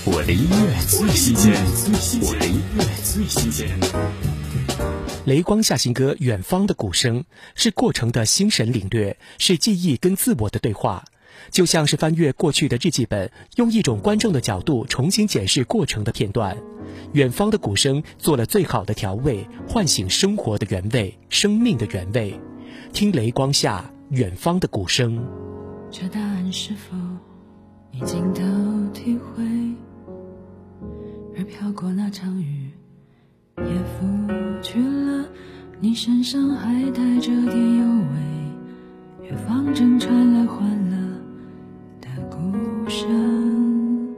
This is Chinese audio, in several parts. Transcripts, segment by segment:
我的音乐最新鲜，我的音乐最新鲜。 雷光下新歌《远方的鼓声》是过程的心神领略，是记忆跟自我的对话，就像是翻阅过去的日记本，用一种观众的角度重新检视过程的片段。远方的鼓声做了最好的调味，唤醒生活的原味，生命的原味。听雷光下远方的鼓声。 这答案是否已经都体会？而飘过那场雨也拂去了你身上还带着点幽味，远方正传来欢乐的鼓声。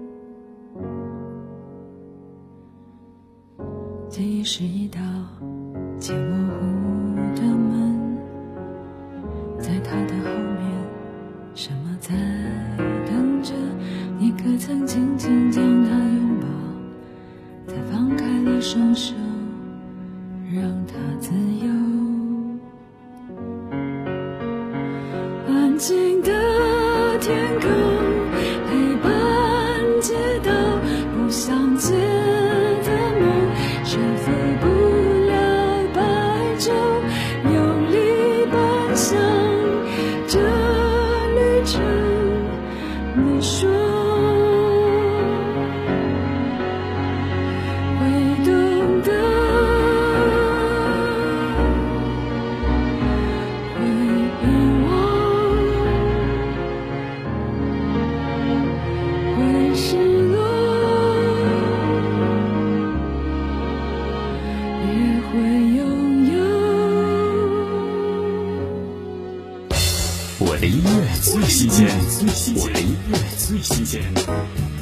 记忆是一道渐模糊的门，在它的后面什么在等着你？可曾轻轻将它拥抱，再放开了双手，让它自由。安静的天空陪伴街道，不想接的梦，谁飞不了白昼，用力奔向这旅程。你说会懂得，会遗忘，会失落，也会拥有。 我的音乐最新鲜，我的音乐最新鲜。